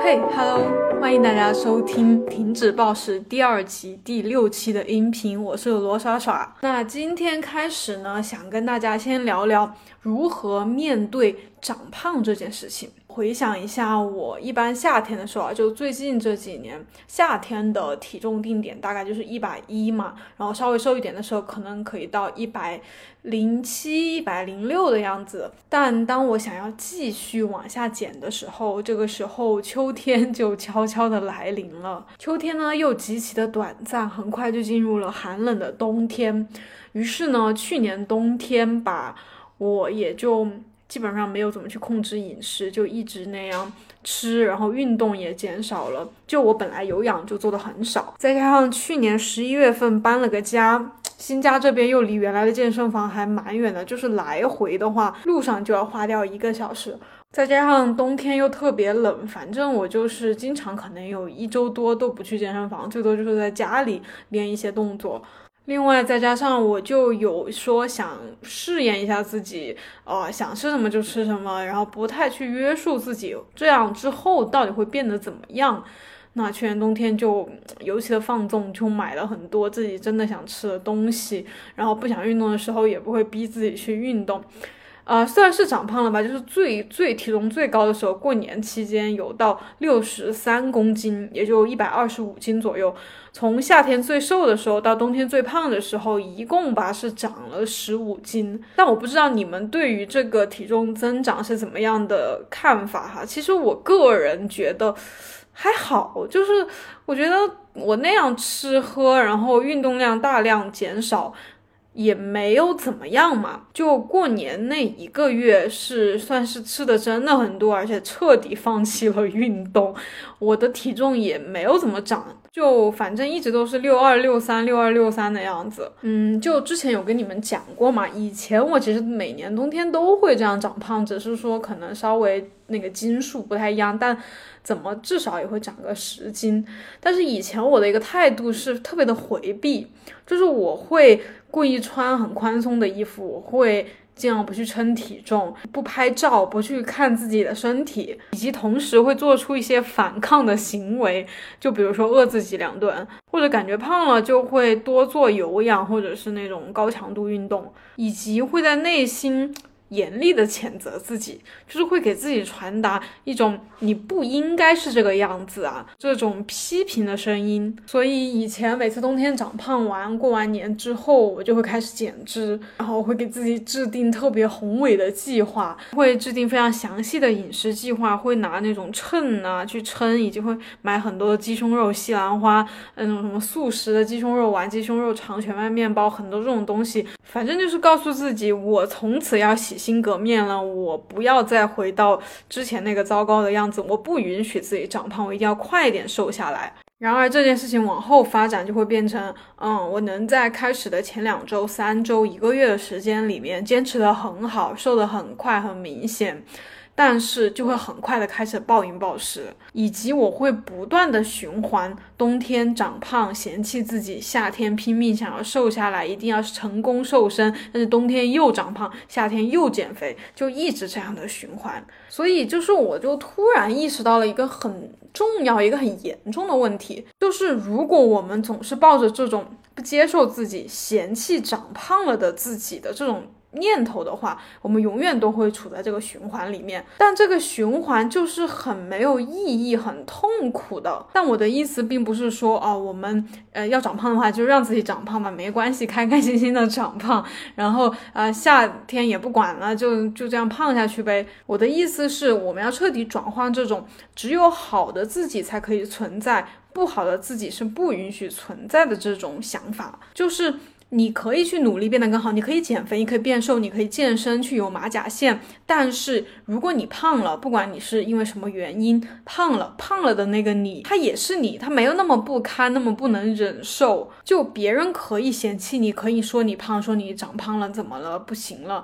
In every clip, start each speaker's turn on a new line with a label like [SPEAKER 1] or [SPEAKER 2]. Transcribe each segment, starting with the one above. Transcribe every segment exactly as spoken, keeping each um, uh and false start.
[SPEAKER 1] 嘿、hey, Hello， 欢迎大家收听《停止暴食》第二期第六期的音频，我是罗耍耍。那今天开始呢，想跟大家先聊聊如何面对长胖这件事情。回想一下，我一般夏天的时候啊，就最近这几年夏天的体重定点大概就是一百一嘛，然后稍微瘦一点的时候可能可以到一百零七、一百零六的样子。但当我想要继续往下减的时候，这个时候秋天就悄悄的来临了。秋天呢又极其的短暂，很快就进入了寒冷的冬天。于是呢，去年冬天吧，我也就基本上没有怎么去控制饮食，就一直那样吃，然后运动也减少了。就我本来有氧就做的很少，再加上去年十一月份搬了个家，新家这边又离原来的健身房还蛮远的，就是来回的话路上就要花掉一个小时，再加上冬天又特别冷，反正我就是经常可能有一周多都不去健身房，最多就是在家里练一些动作。另外再加上我就有说想试验一下自己呃，想吃什么就吃什么，然后不太去约束自己，这样之后到底会变得怎么样。那去年冬天就尤其的放纵，就买了很多自己真的想吃的东西，然后不想运动的时候也不会逼自己去运动。呃，虽然是长胖了吧，就是最最体重最高的时候，过年期间有到六十三公斤，也就一百二十五斤左右。从夏天最瘦的时候到冬天最胖的时候，一共吧是长了十五斤。但我不知道你们对于这个体重增长是怎么样的看法哈。其实我个人觉得还好，就是我觉得我那样吃喝，然后运动量大量减少，也没有怎么样嘛。就过年那一个月是算是吃的真的很多，而且彻底放弃了运动，我的体重也没有怎么长，就反正一直都是六二六三六二六三的样子。嗯，就之前有跟你们讲过嘛，以前我其实每年冬天都会这样长胖，只是说可能稍微那个斤数不太一样，但怎么至少也会长个十斤。但是以前我的一个态度是特别的回避，就是我会故意穿很宽松的衣服，我会尽量不去称体重，不拍照，不去看自己的身体，以及同时会做出一些反抗的行为，就比如说饿自己两顿，或者感觉胖了就会多做有氧或者是那种高强度运动，以及会在内心严厉的谴责自己，就是会给自己传达一种你不应该是这个样子啊，这种批评的声音。所以以前每次冬天长胖完过完年之后，我就会开始减脂，然后会给自己制定特别宏伟的计划，会制定非常详细的饮食计划，会拿那种秤啊去称，以及会买很多的鸡胸肉、西兰花，那种什么速食的鸡胸肉丸、鸡胸肉肠、全麦面包，很多这种东西。反正就是告诉自己，我从此要洗心革面了，我不要再回到之前那个糟糕的样子，我不允许自己长胖，我一定要快一点瘦下来。然而这件事情往后发展就会变成，嗯，我能在开始的前两周、三周、一个月的时间里面坚持得很好，瘦得很快、很明显，但是就会很快的开始暴饮暴食，以及我会不断的循环，冬天长胖嫌弃自己，夏天拼命想要瘦下来，一定要成功瘦身，但是冬天又长胖，夏天又减肥，就一直这样的循环。所以就是我就突然意识到了一个很重要一个很严重的问题，就是如果我们总是抱着这种不接受自己、嫌弃长胖了的自己的这种念头的话，我们永远都会处在这个循环里面。但这个循环就是很没有意义、很痛苦的。但我的意思并不是说哦，我们呃要长胖的话就让自己长胖吧，没关系，开开心心的长胖，然后呃夏天也不管了，就就这样胖下去呗。我的意思是，我们要彻底转换这种只有好的自己才可以存在，不好的自己是不允许存在的这种想法。就是你可以去努力变得更好，你可以减肥，你可以变瘦，你可以健身，去有马甲线，但是如果你胖了，不管你是因为什么原因胖了，胖了的那个你，他也是你，他没有那么不堪，那么不能忍受。就别人可以嫌弃你，可以说你胖，说你长胖了怎么了，不行了，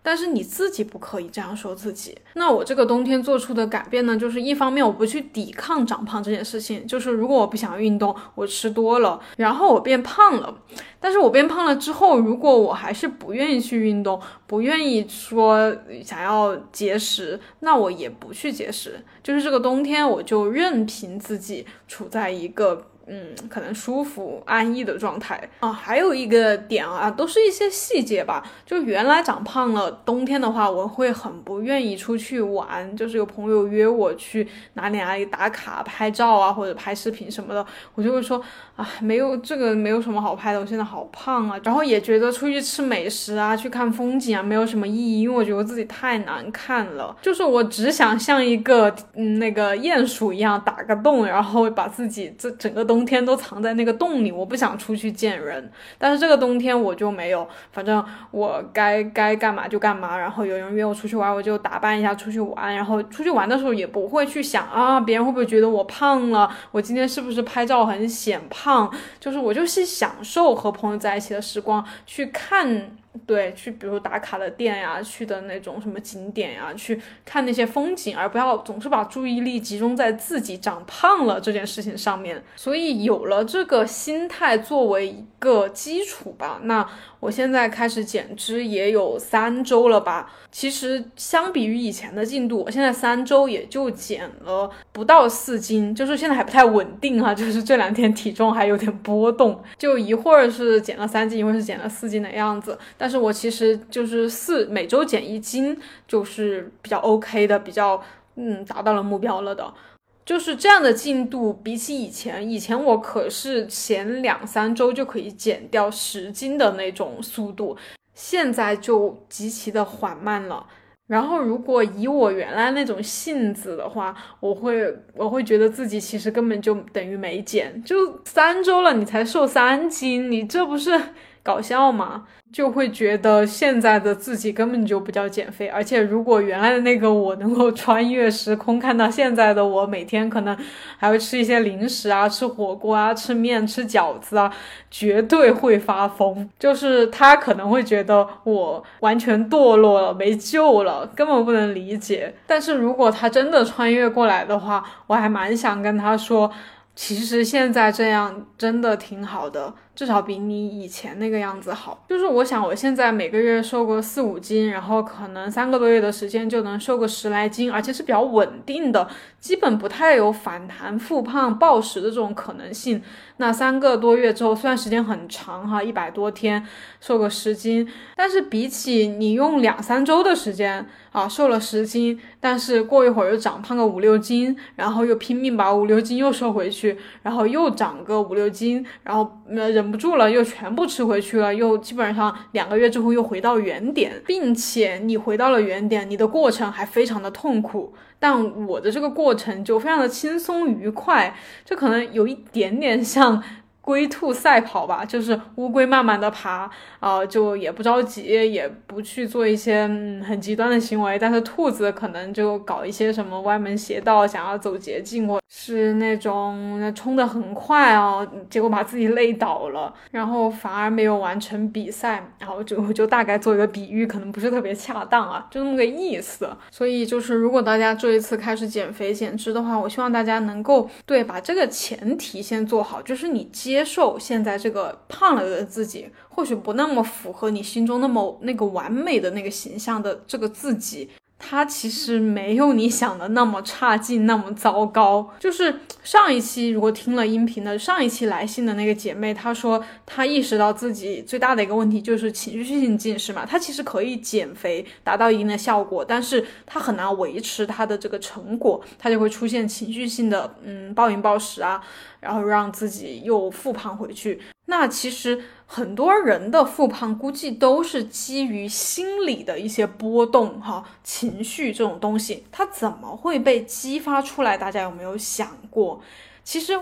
[SPEAKER 1] 但是你自己不可以这样说自己。那我这个冬天做出的改变呢，就是一方面我不去抵抗长胖这件事情，就是如果我不想运动，我吃多了，然后我变胖了，但是我变胖了之后，如果我还是不愿意去运动，不愿意说想要节食，那我也不去节食，就是这个冬天我就任凭自己处在一个嗯，可能舒服安逸的状态啊。还有一个点啊，都是一些细节吧。就原来长胖了，冬天的话，我会很不愿意出去玩，就是有朋友约我去哪里哪里打卡拍照啊，或者拍视频什么的，我就会说啊，没有这个没有什么好拍的，我现在好胖啊。然后也觉得出去吃美食啊，去看风景啊，没有什么意义，因为我觉得自己太难看了。就是我只想像一个嗯那个鼹鼠一样打个洞，然后把自己这整个冬天都藏在那个洞里，我不想出去见人。但是这个冬天我就没有，反正我该该干嘛就干嘛，然后有人约我出去玩，我就打扮一下出去玩，然后出去玩的时候也不会去想啊别人会不会觉得我胖了，我今天是不是拍照很显胖，就是我就是享受和朋友在一起的时光，去看对，去比如打卡的店呀，去的那种什么景点呀，去看那些风景，而不要总是把注意力集中在自己长胖了这件事情上面。所以有了这个心态作为一个基础吧，那我现在开始减脂也有三周了吧。其实相比于以前的进度，我现在三周也就减了不到四斤，就是现在还不太稳定啊，就是这两天体重还有点波动，就一会儿是减了三斤，一会儿是减了四斤的样子。但是我其实就是四每周减一斤，就是比较 OK 的，比较嗯达到了目标了的。就是这样的进度，比起以前，以前我可是前两三周就可以减掉十斤的那种速度，现在就极其的缓慢了。然后如果以我原来那种性子的话，我会我会觉得自己其实根本就等于没减，就三周了你才瘦三斤，你这不是搞笑吗？就会觉得现在的自己根本就不叫减肥。而且如果原来的那个我能够穿越时空看到现在的我，每天可能还会吃一些零食啊，吃火锅啊，吃面吃饺子啊，绝对会发疯。就是他可能会觉得我完全堕落了，没救了，根本不能理解。但是如果他真的穿越过来的话，我还蛮想跟他说，其实现在这样真的挺好的，至少比你以前那个样子好。就是我想我现在每个月瘦个四五斤，然后可能三个多月的时间就能瘦个十来斤，而且是比较稳定的，基本不太有反弹复胖暴食的这种可能性。那三个多月之后，虽然时间很长哈，一百多天瘦个十斤，但是比起你用两三周的时间啊瘦了十斤，但是过一会儿又长胖个五六斤，然后又拼命把五六斤又瘦回去，然后又长个五六斤，然后呃忍不住了又全部吃回去了，又基本上两个月之后又回到原点，并且你回到了原点，你的过程还非常的痛苦。但我的这个过程就非常的轻松愉快，这可能有一点点像龟兔赛跑吧，就是乌龟慢慢的爬，呃，就也不着急，也不去做一些嗯很极端的行为，但是兔子可能就搞一些什么歪门邪道，想要走捷径，或是那种冲得很快哦，结果把自己累倒了，然后反而没有完成比赛，然后就就大概做一个比喻，可能不是特别恰当啊，就那么个意思。所以就是如果大家这一次开始减肥减脂的话，我希望大家能够对把这个前提先做好，就是你接接受现在这个胖了的自己，或许不那么符合你心中那么那个完美的那个形象的这个自己，它其实没有你想的那么差劲那么糟糕。就是上一期如果听了音频的上一期来信的那个姐妹，她说她意识到自己最大的一个问题就是情绪性近视嘛，她其实可以减肥达到一定的效果，但是她很难维持她的这个成果，她就会出现情绪性的嗯暴饮暴食啊，然后让自己又复胖回去。那其实很多人的复胖估计都是基于心理的一些波动哈，情绪这种东西它怎么会被激发出来，大家有没有想过？其实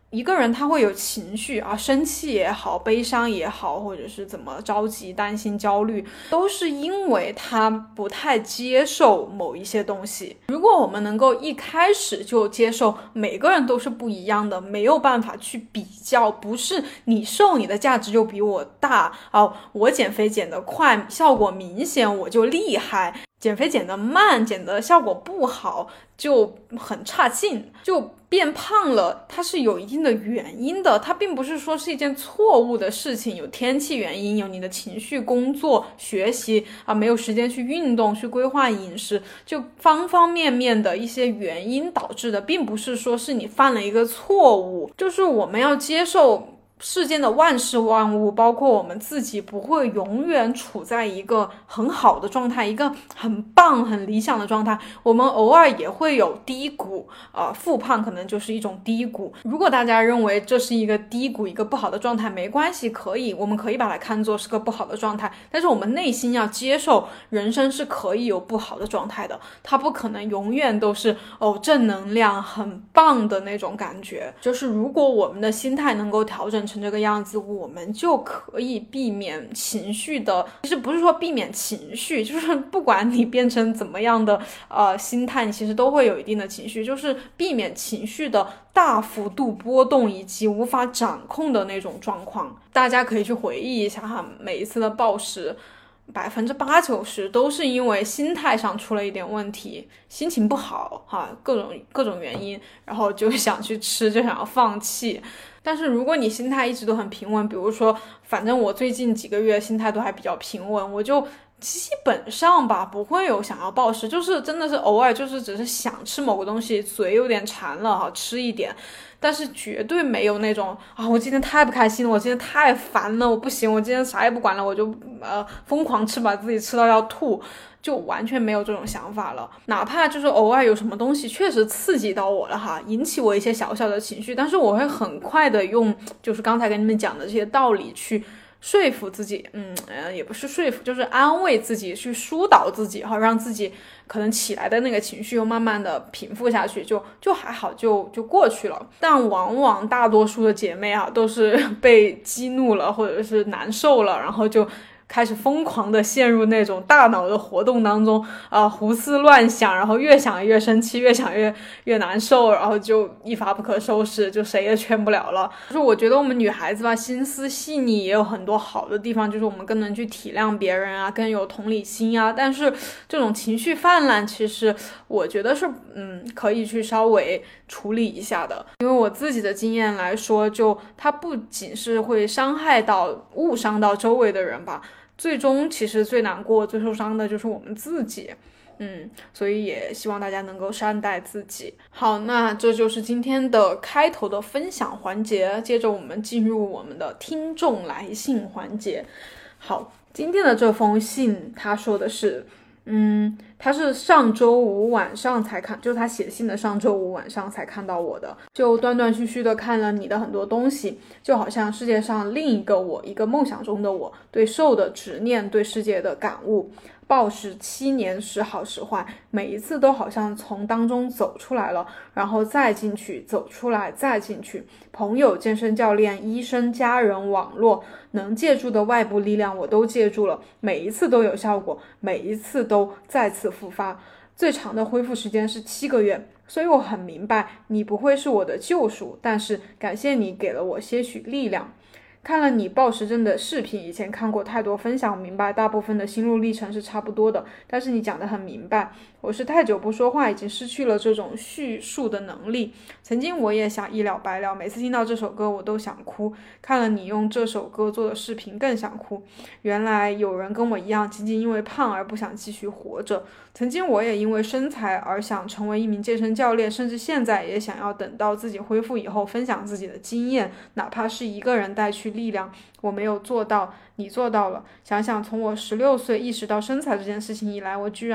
[SPEAKER 1] 一个人他会有情绪啊，生气也好，悲伤也好，或者是怎么着急、担心、焦虑，都是因为他不太接受某一些东西。如果我们能够一开始就接受每个人都是不一样的，没有办法去比较，不是你瘦你的价值就比我大啊，我减肥减得快，效果明显我就厉害，减肥减得慢，减的效果不好就很差劲。就变胖了它是有一定的原因的，它并不是说是一件错误的事情，有天气原因，有你的情绪、工作、学习啊，没有时间去运动，去规划饮食，就方方面面的一些原因导致的，并不是说是你犯了一个错误。就是我们要接受世间的万事万物，包括我们自己，不会永远处在一个很好的状态，一个很棒很理想的状态，我们偶尔也会有低谷，呃，复胖可能就是一种低谷。如果大家认为这是一个低谷，一个不好的状态，没关系，可以，我们可以把它看作是个不好的状态，但是我们内心要接受人生是可以有不好的状态的，它不可能永远都是哦正能量很棒的那种感觉。就是如果我们的心态能够调整成这个样子，我们就可以避免情绪的，其实不是说避免情绪，就是不管你变成怎么样的呃心态，你其实都会有一定的情绪，就是避免情绪的大幅度波动以及无法掌控的那种状况。大家可以去回忆一下哈，每一次的暴食百分之八九十都是因为心态上出了一点问题，心情不好哈，各种各种原因，然后就想去吃，就想要放弃。但是如果你心态一直都很平稳，比如说反正我最近几个月心态都还比较平稳，我就基本上吧不会有想要暴食，就是真的是偶尔就是只是想吃某个东西，嘴有点馋了哈，吃一点，但是绝对没有那种啊我今天太不开心了，我今天太烦了，我不行，我今天啥也不管了，我就呃疯狂吃，把自己吃到要吐，就完全没有这种想法了。哪怕就是偶尔有什么东西确实刺激到我了哈，引起我一些小小的情绪，但是我会很快的用就是刚才跟你们讲的这些道理去说服自己，嗯，呃，也不是说服，就是安慰自己，去疏导自己，哈，让自己可能起来的那个情绪又慢慢的平复下去，就就还好，就就过去了。但往往大多数的姐妹啊，都是被激怒了，或者是难受了，然后就开始疯狂的陷入那种大脑的活动当中，啊、呃，胡思乱想，然后越想越生气，越想越越难受，然后就一发不可收拾，就谁也劝不了了。就是我觉得我们女孩子吧，心思细腻，也有很多好的地方，就是我们更能去体谅别人啊，更有同理心啊。但是这种情绪泛滥，其实我觉得是嗯可以去稍微处理一下的。因为我自己的经验来说，就它不仅是会伤害到误伤到周围的人吧，最终其实最难过最受伤的就是我们自己，嗯，所以也希望大家能够善待自己。好，那这就是今天的开头的分享环节，接着我们进入我们的听众来信环节。好，今天的这封信他说的是嗯，他是上周五晚上才看，就是他写信的上周五晚上才看到我的，就断断续续的看了你的很多东西，就好像世界上另一个我，一个梦想中的我，对瘦的执念，对世界的感悟。暴食七年时好时坏，每一次都好像从当中走出来了，然后再进去，走出来再进去。朋友、健身教练、医生、家人、网络，能借助的外部力量我都借助了，每一次都有效果，每一次都再次复发。最长的恢复时间是七个月，所以我很明白你不会是我的救赎，但是感谢你给了我些许力量。看了你暴食症的视频，以前看过太多分享，明白大部分的心路历程是差不多的，但是你讲得很明白。我是太久不说话，已经失去了这种叙述的能力。曾经我也想一了百了，每次听到这首歌我都想哭，看了你用这首歌做的视频更想哭。原来有人跟我一样，仅仅因为胖而不想继续活着。曾经我也因为身材而想成为一名健身教练，甚至现在也想要等到自己恢复以后分享自己的经验，哪怕是一个人带去力量。我没有做到，你做到了。想想从我十六岁意识到身材这件事情以来，我居然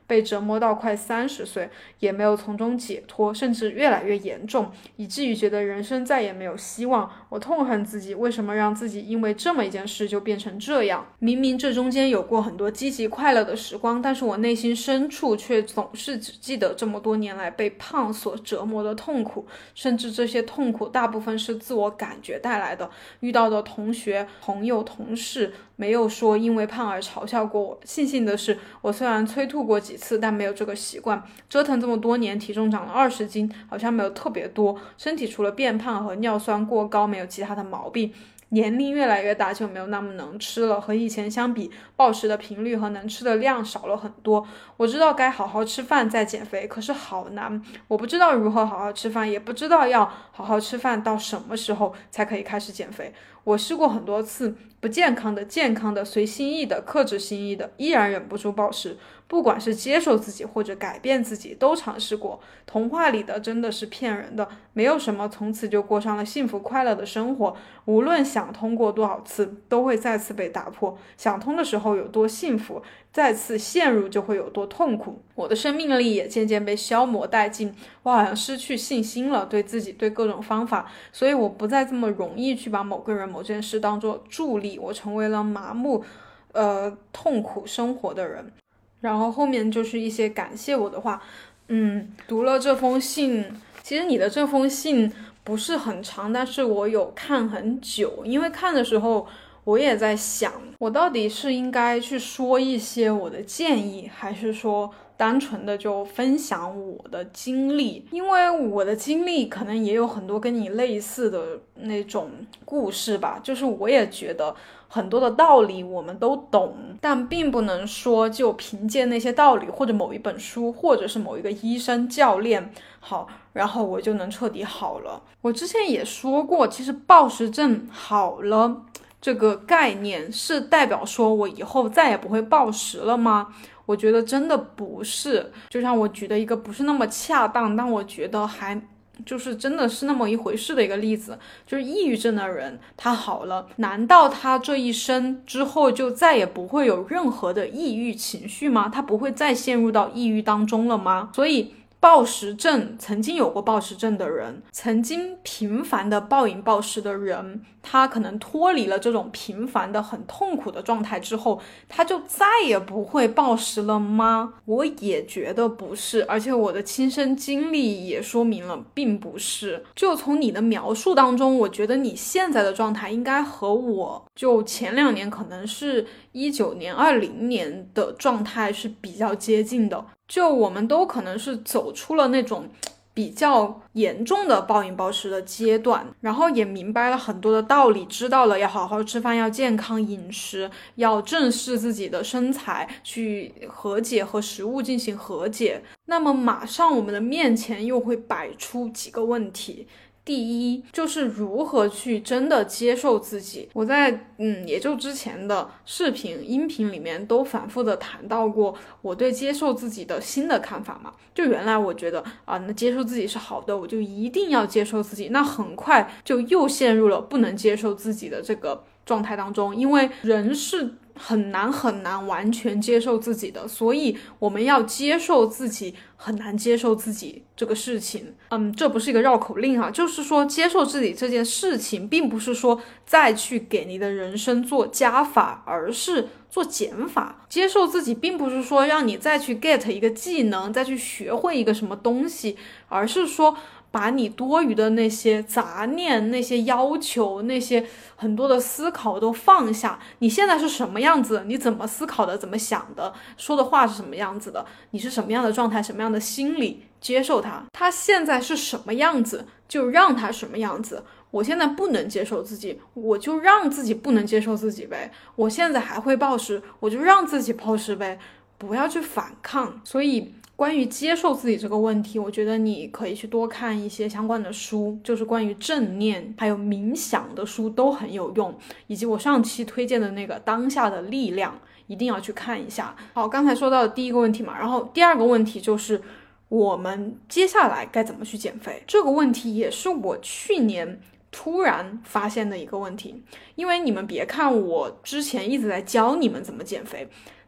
[SPEAKER 1] 被折磨到快三十岁，也没有从中解脱，甚至越来越严重，以至于觉得人生再也没有希望。我痛恨自己，为什么让自己因为这么一件事就变成这样？明明这中间有过很多积极快乐的时光，但是我内心深处却总是只记得这么多年来被胖所折磨的痛苦，甚至这些痛苦大部分是自我感觉带来的。遇到的同学、朋友、同事没有说因为胖而嘲笑过我。庆幸的是，我虽然催吐过几次，但没有这个习惯。折腾这么多年，体重长了二十斤，好像没有特别多，身体除了变胖和尿酸过高，没有其他的毛病。年龄越来越大，就没有那么能吃了，和以前相比，暴食的频率和能吃的量少了很多。我知道该好好吃饭再减肥，可是好难。我不知道如何好好吃饭，也不知道要好好吃饭到什么时候才可以开始减肥。我试过很多次，不健康的、健康的、随心意的、克制心意的，依然忍不住暴食。不管是接受自己或者改变自己，都尝试过。童话里的真的是骗人的，没有什么从此就过上了幸福快乐的生活。无论想通过多少次，都会再次被打破。想通的时候有多幸福，再次陷入就会有多痛苦。我的生命力也渐渐被消磨殆尽，我好像失去信心了，对自己，对各种方法，所以我不再这么容易去把某个人某件事当作助力，我成为了麻木呃痛苦生活的人。然后后面就是一些感谢我的话。嗯，读了这封信，其实你的这封信不是很长，但是我有看很久，因为看的时候我也在想，我到底是应该去说一些我的建议，还是说单纯的就分享我的经历。因为我的经历可能也有很多跟你类似的那种故事吧，就是我也觉得很多的道理我们都懂，但并不能说就凭借那些道理或者某一本书或者是某一个医生教练好，然后我就能彻底好了。我之前也说过，其实暴食症好了这个概念是代表说我以后再也不会暴食了吗？我觉得真的不是。就像我举的一个不是那么恰当，但我觉得还就是真的是那么一回事的一个例子，就是抑郁症的人他好了，难道他这一生之后就再也不会有任何的抑郁情绪吗？他不会再陷入到抑郁当中了吗？所以暴食症，曾经有过暴食症的人，曾经频繁的暴饮暴食的人，他可能脱离了这种频繁的很痛苦的状态之后，他就再也不会暴食了吗？我也觉得不是，而且我的亲身经历也说明了并不是。就从你的描述当中，我觉得你现在的状态应该和我就前两年可能是一九年二零年的状态是比较接近的。就我们都可能是走出了那种比较严重的暴饮暴食的阶段，然后也明白了很多的道理，知道了要好好吃饭，要健康饮食，要正视自己的身材，去和解和食物进行和解。那么马上我们的面前又会摆出几个问题。第一，就是如何去真的接受自己。我在嗯，也就之前的视频音频里面都反复的谈到过我对接受自己的新的看法嘛。就原来我觉得啊，那接受自己是好的，我就一定要接受自己，那很快就又陷入了不能接受自己的这个状态当中。因为人是很难很难完全接受自己的，所以我们要接受自己很难接受自己这个事情。嗯，这不是一个绕口令啊，就是说接受自己这件事情并不是说再去给你的人生做加法，而是做减法。接受自己并不是说让你再去 get 一个技能，再去学会一个什么东西，而是说把你多余的那些杂念、那些要求、那些很多的思考都放下。你现在是什么样子，你怎么思考的，怎么想的，说的话是什么样子的，你是什么样的状态，什么样的心理，接受它。它现在是什么样子，就让它什么样子。我现在不能接受自己，我就让自己不能接受自己呗。我现在还会暴食，我就让自己暴食呗，不要去反抗。所以关于接受自己这个问题，我觉得你可以去多看一些相关的书，就是关于正念还有冥想的书都很有用，以及我上期推荐的那个当下的力量一定要去看一下。好，刚才说到的第一个问题嘛，然后第二个问题就是我们接下来该怎么去减肥。这个问题也是我去年突然发现的一个问题。因为你们别看我之前一直在教你们怎么减肥，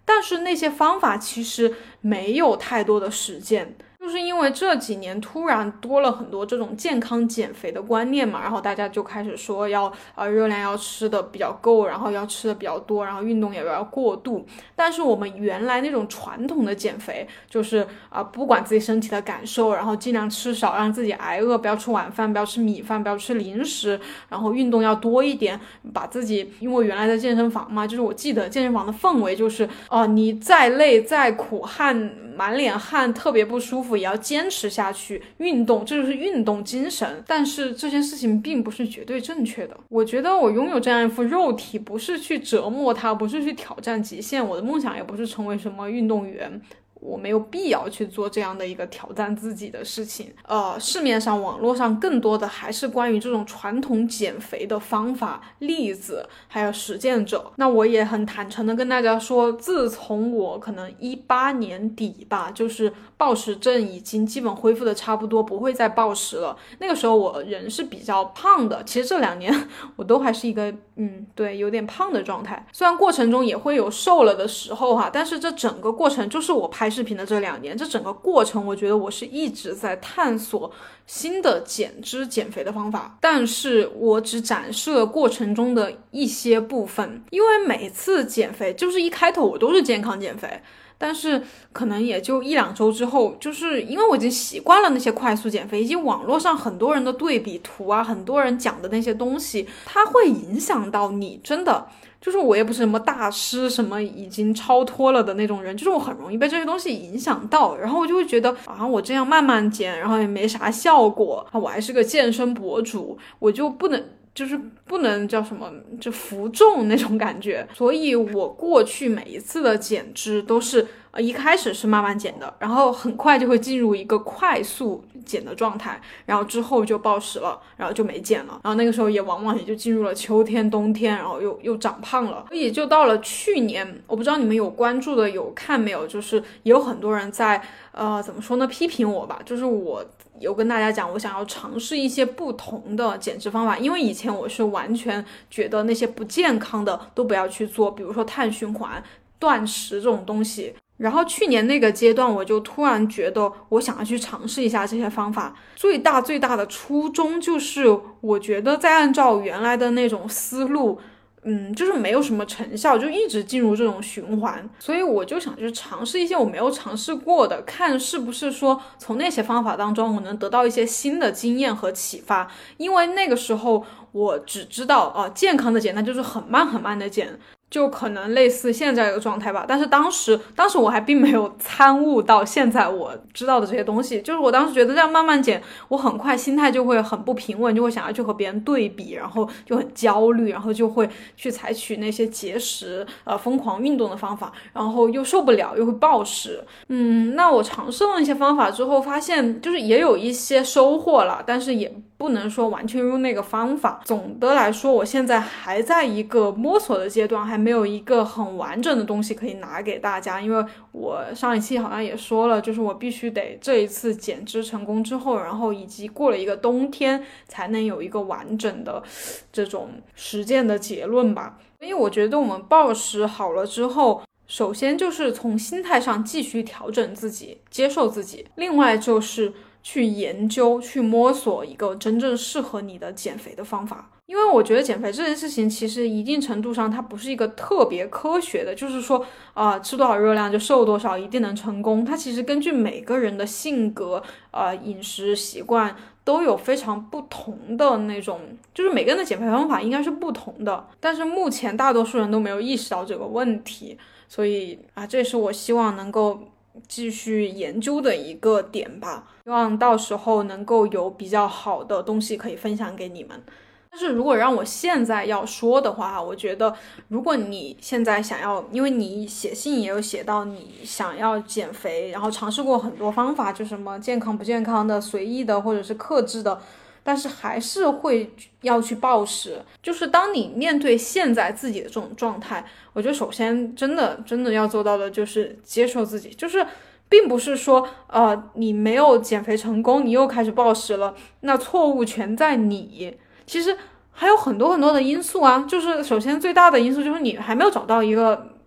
[SPEAKER 1] 但是那些方法其实没有太多的实践。就是因为这几年突然多了很多这种健康减肥的观念嘛，然后大家就开始说要呃热量要吃的比较够，然后要吃的比较多，然后运动也不要过度。但是我们原来那种传统的减肥，就是啊、呃、不管自己身体的感受，然后尽量吃少，让自己挨饿，不要吃晚饭，不要吃米饭，不要吃零食，然后运动要多一点，把自己，因为原来在健身房嘛，就是我记得健身房的氛围就是哦、呃、你再累再苦，汗满脸汗，特别不舒服也要坚持下去运动，这就是运动精神。但是这件事情并不是绝对正确的。我觉得我拥有这样一副肉体，不是去折磨它，不是去挑战极限，我的梦想也不是成为什么运动员，我没有必要去做这样的一个挑战自己的事情。呃，市面上网络上更多的还是关于这种传统减肥的方法、例子，还有实践者。那我也很坦诚的跟大家说，自从我可能一八年底吧，就是暴食症已经基本恢复的差不多，不会再暴食了。那个时候我人是比较胖的，其实这两年我都还是一个嗯，对，有点胖的状态。虽然过程中也会有瘦了的时候哈，但是这整个过程就是我拍视频的这两年，这整个过程我觉得我是一直在探索新的减脂减肥的方法，但是我只展示了过程中的一些部分，因为每次减肥就是一开头我都是健康减肥，但是可能也就一两周之后，就是因为我已经习惯了那些快速减肥，以及网络上很多人的对比图啊，很多人讲的那些东西，它会影响到你。真的就是我也不是什么大师，什么已经超脱了的那种人，就是我很容易被这些东西影响到，然后我就会觉得啊，我这样慢慢减，然后也没啥效果啊，我还是个健身博主，我就不能就是不能叫什么就服众那种感觉。所以我过去每一次的减脂都是呃一开始是慢慢减的，然后很快就会进入一个快速减的状态，然后之后就暴食了，然后就没减了，然后那个时候也往往也就进入了秋天冬天，然后又又长胖了。所以就到了去年，我不知道你们有关注的有看没有，就是也有很多人在呃怎么说呢，批评我吧，就是我有跟大家讲我想要尝试一些不同的减脂方法，因为以前我是完全觉得那些不健康的都不要去做，比如说碳循环、断食这种东西。然后去年那个阶段，我就突然觉得我想要去尝试一下这些方法。最大最大的初衷就是，我觉得在按照原来的那种思路，嗯，就是没有什么成效，就一直进入这种循环。所以我就想去尝试一些我没有尝试过的，看是不是说从那些方法当中我能得到一些新的经验和启发。因为那个时候我只知道啊、呃，健康的减，那就是很慢很慢的减。就可能类似现在的状态吧，但是当时当时我还并没有参悟到现在我知道的这些东西，就是我当时觉得这样慢慢减，我很快心态就会很不平稳，就会想要去和别人对比，然后就很焦虑，然后就会去采取那些节食呃疯狂运动的方法，然后又受不了又会暴食。嗯，那我尝试了那些方法之后发现就是也有一些收获了，但是也不能说完全用那个方法。总的来说我现在还在一个摸索的阶段，还没有一个很完整的东西可以拿给大家，因为我上一期好像也说了，就是我必须得这一次减脂成功之后，然后以及过了一个冬天才能有一个完整的这种实践的结论吧。所以我觉得我们暴食好了之后，首先就是从心态上继续调整自己，接受自己，另外就是去研究去摸索一个真正适合你的减肥的方法。因为我觉得减肥这件事情其实一定程度上它不是一个特别科学的，就是说啊、呃，吃多少热量就瘦多少一定能成功。它其实根据每个人的性格呃饮食习惯都有非常不同的那种，就是每个人的减肥方法应该是不同的，但是目前大多数人都没有意识到这个问题。所以啊，这是我希望能够继续研究的一个点吧，希望到时候能够有比较好的东西可以分享给你们。但是如果让我现在要说的话，我觉得如果你现在想要，因为你写信也有写到你想要减肥，然后尝试过很多方法，就什么健康不健康的、随意的或者是克制的，但是还是会要去暴食。就是当你面对现在自己的这种状态，我觉得首先真的真的要做到的就是接受自己，就是并不是说呃你没有减肥成功，你又开始暴食了，那错误全在你。其实还有很多很多的因素啊，就是首先最大的因素就是你还没有找到一个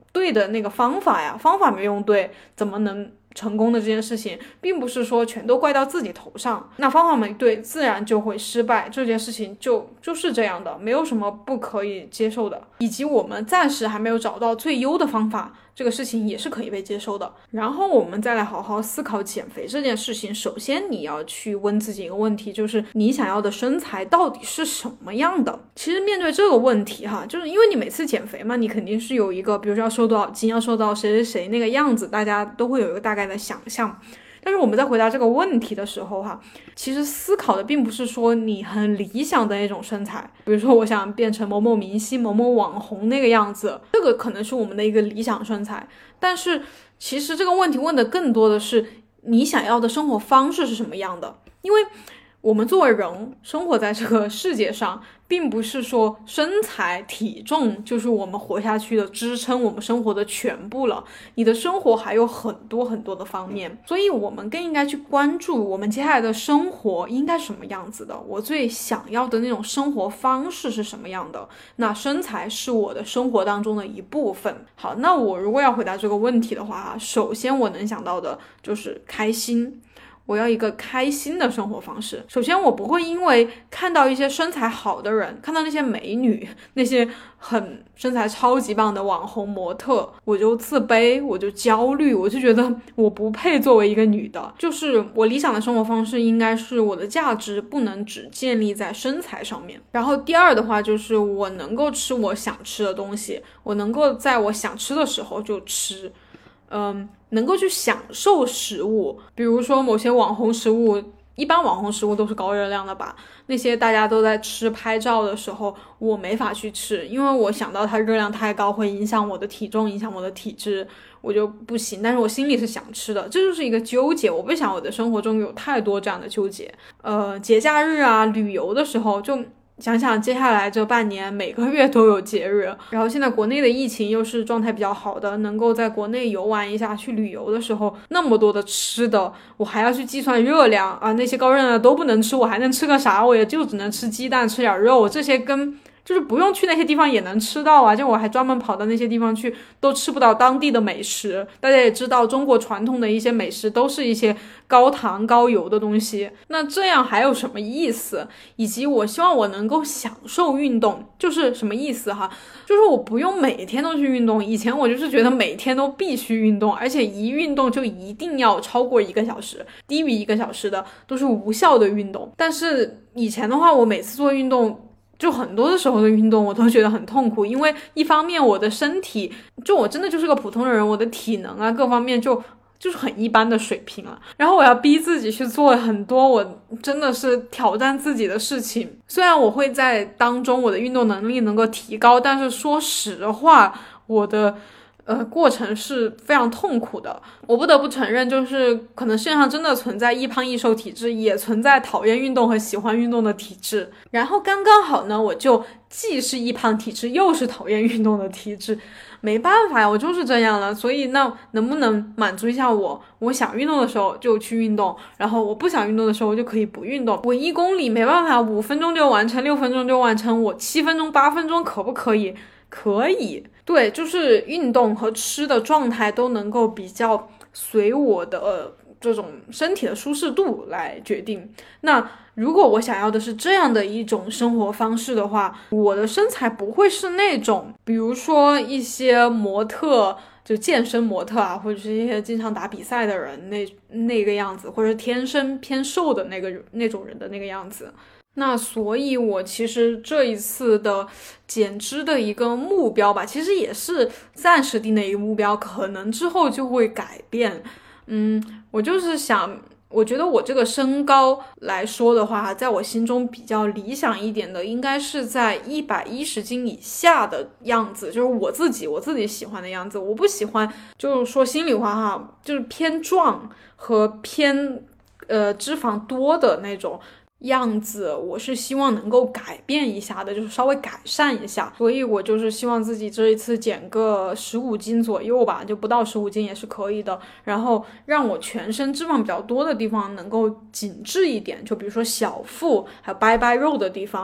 [SPEAKER 1] 对的那个方法呀，方法没用对，怎么能成功的这件事情，并不是说全都怪到自己头上，那方法没对，自然就会失败，这件事情就就是这样的，没有什么不可以接受的，以及我们暂时还没有找到最优的方法，这个事情也是可以被接受的。然后我们再来好好思考减肥这件事情，首先你要去问自己一个问题，就是你想要的身材到底是什么样的。其实面对这个问题哈，就是因为你每次减肥嘛，你肯定是有一个，比如说要瘦多少斤，要瘦到谁谁谁那个样子，大家都会有一个大概的想象。但是我们在回答这个问题的时候哈，其实思考的并不是说你很理想的那种身材，比如说我想变成某某明星某某网红那个样子，这个可能是我们的一个理想身材。但是其实这个问题问的更多的是你想要的生活方式是什么样的。因为我们作为人生活在这个世界上，并不是说身材体重就是我们活下去的支撑，我们生活的全部了，你的生活还有很多很多的方面，所以我们更应该去关注我们接下来的生活应该什么样子的，我最想要的那种生活方式是什么样的，那身材是我的生活当中的一部分。好，那我如果要回答这个问题的话，首先我能想到的就是开心，我要一个开心的生活方式。首先我不会因为看到一些身材好的人，看到那些美女，那些很身材超级棒的网红模特，我就自卑，我就焦虑，我就觉得我不配作为一个女的。就是我理想的生活方式应该是我的价值不能只建立在身材上面。然后第二的话就是我能够吃我想吃的东西，我能够在我想吃的时候就吃，嗯，能够去享受食物。比如说某些网红食物，一般网红食物都是高热量的吧，那些大家都在吃拍照的时候，我没法去吃，因为我想到它热量太高会影响我的体重，影响我的体质，我就不行。但是我心里是想吃的，这就是一个纠结，我不想我的生活中有太多这样的纠结。呃，节假日啊，旅游的时候就想想接下来这半年每个月都有节日，然后现在国内的疫情又是状态比较好的，能够在国内游玩一下，去旅游的时候那么多的吃的，我还要去计算热量啊，那些高热量的都不能吃，我还能吃个啥？我也就只能吃鸡蛋，吃点肉，这些跟就是不用去那些地方也能吃到啊，就我还专门跑到那些地方去，都吃不到当地的美食。大家也知道中国传统的一些美食都是一些高糖高油的东西，那这样还有什么意思？以及我希望我能够享受运动，就是什么意思哈？就是我不用每天都去运动，以前我就是觉得每天都必须运动，而且一运动就一定要超过一个小时，低于一个小时的都是无效的运动。但是以前的话，我每次做运动就很多的时候的运动我都觉得很痛苦，因为一方面我的身体就我真的就是个普通人，我的体能啊各方面就就是很一般的水平了，然后我要逼自己去做很多我真的是挑战自己的事情。虽然我会在当中我的运动能力能够提高，但是说实话我的呃，过程是非常痛苦的。我不得不承认，就是可能世界上真的存在易胖易瘦体质，也存在讨厌运动和喜欢运动的体质。然后刚刚好呢，我就既是易胖体质，又是讨厌运动的体质，没办法呀，我就是这样了。所以那能不能满足一下我？我想运动的时候就去运动，然后我不想运动的时候我就可以不运动。我一公里没办法五分钟就完成，六分钟就完成，我七分钟八分钟可不可以？可以。对，就是运动和吃的状态都能够比较随我的、呃、这种身体的舒适度来决定。那如果我想要的是这样的一种生活方式的话，我的身材不会是那种比如说一些模特，就健身模特啊，或者是一些经常打比赛的人那那个样子，或者天生偏瘦的那个那种人的那个样子。那所以我其实这一次的减脂的一个目标吧，其实也是暂时定的一个目标，可能之后就会改变。嗯，我就是想，我觉得我这个身高来说的话，在我心中比较理想一点的应该是在一百一十斤以下的样子，就是我自己我自己喜欢的样子。我不喜欢，就是说心里话哈，就是偏壮和偏呃脂肪多的那种样子，我是希望能够改变一下的，就是稍微改善一下。所以我就是希望自己这一次减个十五斤左右吧，就不到十五斤也是可以的，然后让我全身脂肪比较多的地方能够紧致一点，就比如说小腹还有拜拜肉的地方，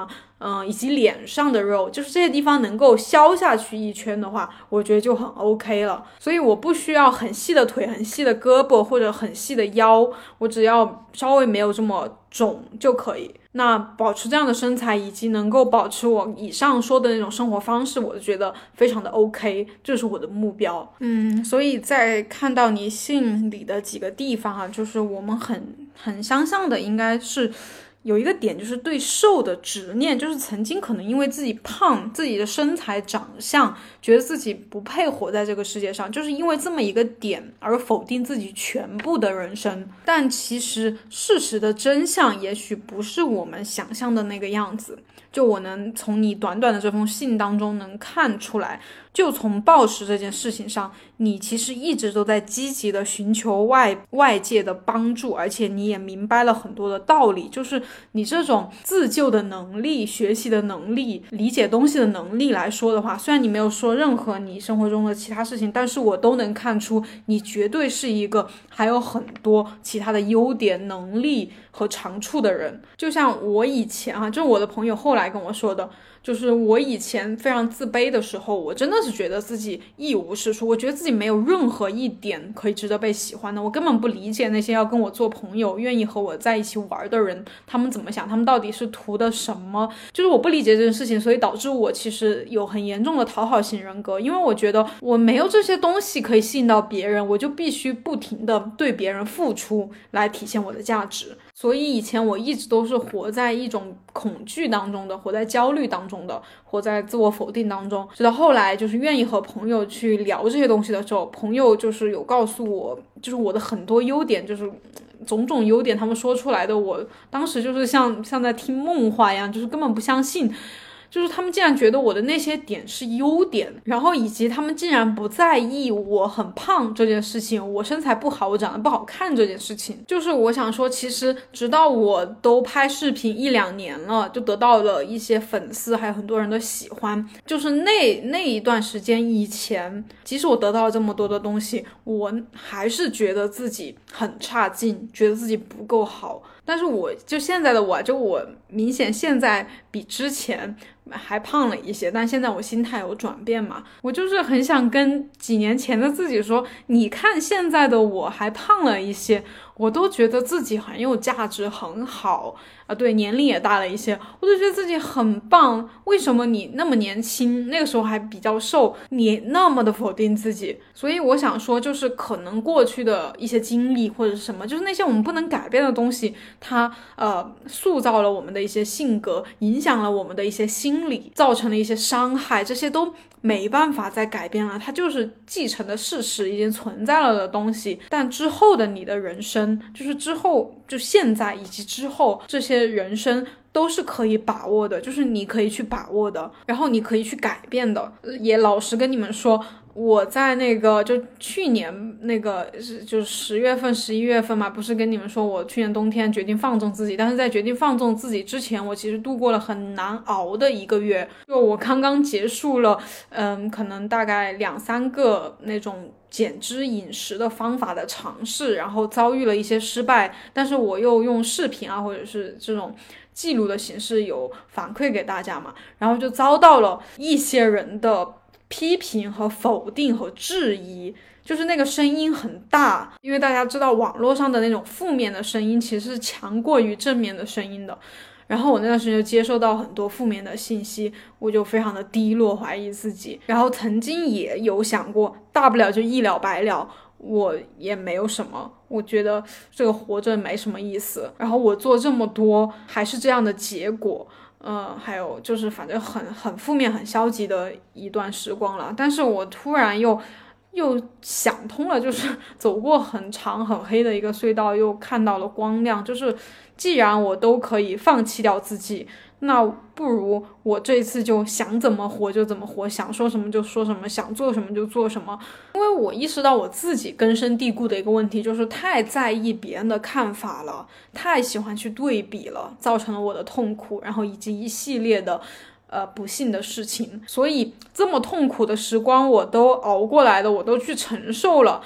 [SPEAKER 1] 嗯、呃，以及脸上的肉，就是这些地方能够消下去一圈的话，我觉得就很 OK 了。所以我不需要很细的腿、很细的胳膊或者很细的腰，我只要稍微没有这么肿就可以。那保持这样的身材以及能够保持我以上说的那种生活方式，我就觉得非常的 OK， 这是我的目标。嗯，所以在看到你信里的几个地方啊，就是我们很很相像的应该是有一个点，就是对瘦的执念，就是曾经可能因为自己胖，自己的身材长相，觉得自己不配活在这个世界上，就是因为这么一个点而否定自己全部的人生。但其实事实的真相也许不是我们想象的那个样子，就我能从你短短的这封信当中能看出来，就从暴食这件事情上，你其实一直都在积极的寻求外外界的帮助，而且你也明白了很多的道理，就是你这种自救的能力、学习的能力、理解东西的能力来说的话，虽然你没有说任何你生活中的其他事情，但是我都能看出你绝对是一个还有很多其他的优点、能力和长处的人。就像我以前啊，就是我的朋友后来跟我说的，就是我以前非常自卑的时候，我真的是觉得自己一无是处，我觉得自己没有任何一点可以值得被喜欢的，我根本不理解那些要跟我做朋友、愿意和我在一起玩的人，他们怎么想，他们到底是图的什么，就是我不理解这件事情，所以导致我其实有很严重的讨好型人格，因为我觉得我没有这些东西可以吸引到别人，我就必须不停的对别人付出来体现我的价值。所以以前我一直都是活在一种恐惧当中的，活在焦虑当中的，活在自我否定当中，直到后来就是愿意和朋友去聊这些东西的时候，朋友就是有告诉我，就是我的很多优点，就是种种优点他们说出来的，我当时就是像像在听梦话一样，就是根本不相信，就是他们竟然觉得我的那些点是优点，然后以及他们竟然不在意我很胖这件事情，我身材不好，我长得不好看这件事情。就是我想说，其实直到我都拍视频一两年了，就得到了一些粉丝还有很多人的喜欢，就是那那一段时间以前，即使我得到了这么多的东西，我还是觉得自己很差劲，觉得自己不够好。但是我就现在的我，就我明显现在比之前还胖了一些，但现在我心态有转变嘛，我就是很想跟几年前的自己说，你看现在的我还胖了一些，我都觉得自己很有价值，很好啊，对，年龄也大了一些，我都觉得自己很棒。为什么你那么年轻，那个时候还比较瘦，你那么的否定自己？所以我想说，就是可能过去的一些经历或者是什么，就是那些我们不能改变的东西，它呃塑造了我们的一些性格，影响了我们的一些心理，造成了一些伤害，这些都没办法再改变了，它就是继承的事实，已经存在了的东西。但之后的你的人生，就是之后就现在以及之后这些人生都是可以把握的，就是你可以去把握的，然后你可以去改变的。也老实跟你们说，我在那个就去年那个就是十月份十一月份嘛，不是跟你们说我去年冬天决定放纵自己，但是在决定放纵自己之前，我其实度过了很难熬的一个月。就我刚刚结束了嗯，可能大概两三个那种减脂饮食的方法的尝试，然后遭遇了一些失败，但是我又用视频啊或者是这种记录的形式有反馈给大家嘛，然后就遭到了一些人的批评和否定和质疑，就是那个声音很大，因为大家知道网络上的那种负面的声音其实是强过于正面的声音的。然后我那段时间就接受到很多负面的信息，我就非常的低落，怀疑自己，然后曾经也有想过大不了就一了百了，我也没有什么，我觉得这个活着没什么意思，然后我做这么多还是这样的结果，呃，还有就是反正很很负面很消极的一段时光了。但是我突然又又想通了，就是走过很长很黑的一个隧道，又看到了光亮，就是既然我都可以放弃掉自己，那不如我这一次就想怎么活就怎么活，想说什么就说什么，想做什么就做什么。因为我意识到我自己根深蒂固的一个问题，就是太在意别人的看法了，太喜欢去对比了，造成了我的痛苦，然后以及一系列的呃不幸的事情。所以这么痛苦的时光我都熬过来了，我都去承受了，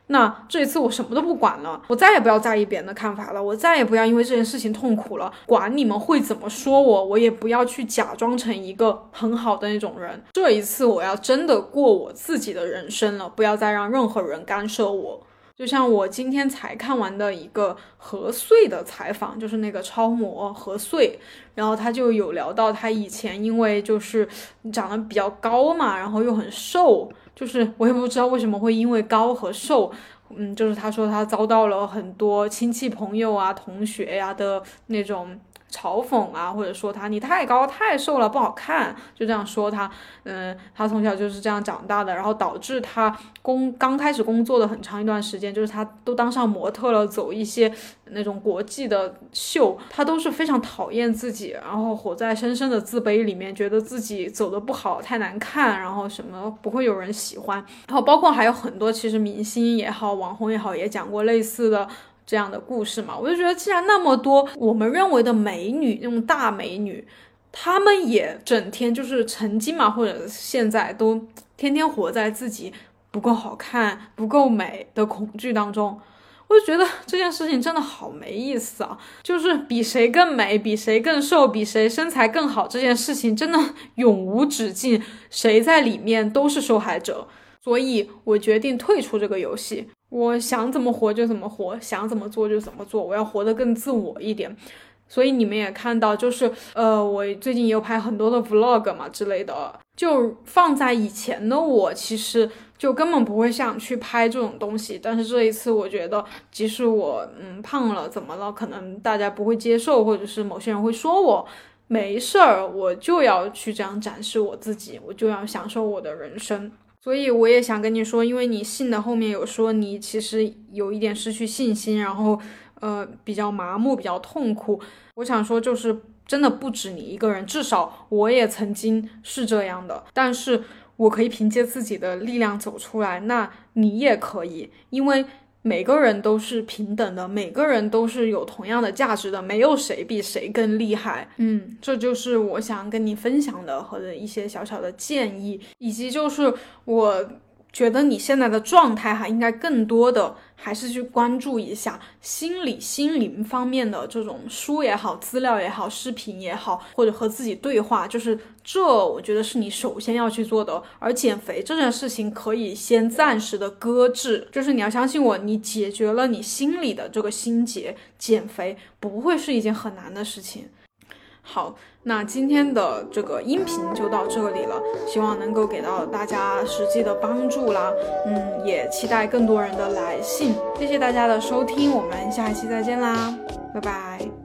[SPEAKER 1] 那这一次我什么都不管了，我再也不要在意别人的看法了，我再也不要因为这件事情痛苦了，管你们会怎么说我，我也不要去假装成一个很好的那种人。这一次我要真的过我自己的人生了，不要再让任何人干涉我。就像我今天才看完的一个何穗的采访，就是那个超模何穗，然后他就有聊到他以前因为就是长得比较高嘛，然后又很瘦，就是我也不知道为什么会因为高和瘦，嗯，就是他说他遭到了很多亲戚朋友啊同学呀、啊、的那种嘲讽啊，或者说他你太高太瘦了不好看，就这样说他。嗯，他从小就是这样长大的，然后导致他工刚开始工作的很长一段时间，就是他都当上模特了，走一些那种国际的秀，他都是非常讨厌自己，然后活在深深的自卑里面，觉得自己走的不好太难看，然后什么不会有人喜欢。然后包括还有很多其实明星也好网红也好也讲过类似的这样的故事嘛，我就觉得既然那么多我们认为的美女，那种大美女，她们也整天就是曾经嘛，或者现在都天天活在自己不够好看不够美的恐惧当中，我就觉得这件事情真的好没意思啊！就是比谁更美比谁更瘦比谁身材更好这件事情真的永无止境，谁在里面都是受害者。所以我决定退出这个游戏，我想怎么活就怎么活，想怎么做就怎么做，我要活得更自我一点。所以你们也看到，就是呃，我最近也有拍很多的 vlog 嘛之类的，就放在以前的我其实就根本不会想去拍这种东西，但是这一次我觉得即使我嗯胖了怎么了，可能大家不会接受，或者是某些人会说我，没事儿，我就要去这样展示我自己，我就要享受我的人生。所以我也想跟你说，因为你信的后面有说你其实有一点失去信心，然后呃比较麻木比较痛苦，我想说就是真的不止你一个人，至少我也曾经是这样的，但是我可以凭借自己的力量走出来，那你也可以，因为每个人都是平等的，每个人都是有同样的价值的，没有谁比谁更厉害。嗯，这就是我想跟你分享的和一些小小的建议，以及就是我觉得你现在的状态哈，应该更多的还是去关注一下心理心灵方面的这种书也好，资料也好，视频也好，或者和自己对话，就是这我觉得是你首先要去做的。而减肥这件事情可以先暂时的搁置，就是你要相信我，你解决了你心里的这个心结，减肥不会是一件很难的事情。好，那今天的这个音频就到这里了，希望能够给到大家实际的帮助啦。嗯，也期待更多人的来信。谢谢大家的收听，我们下一期再见啦，拜拜。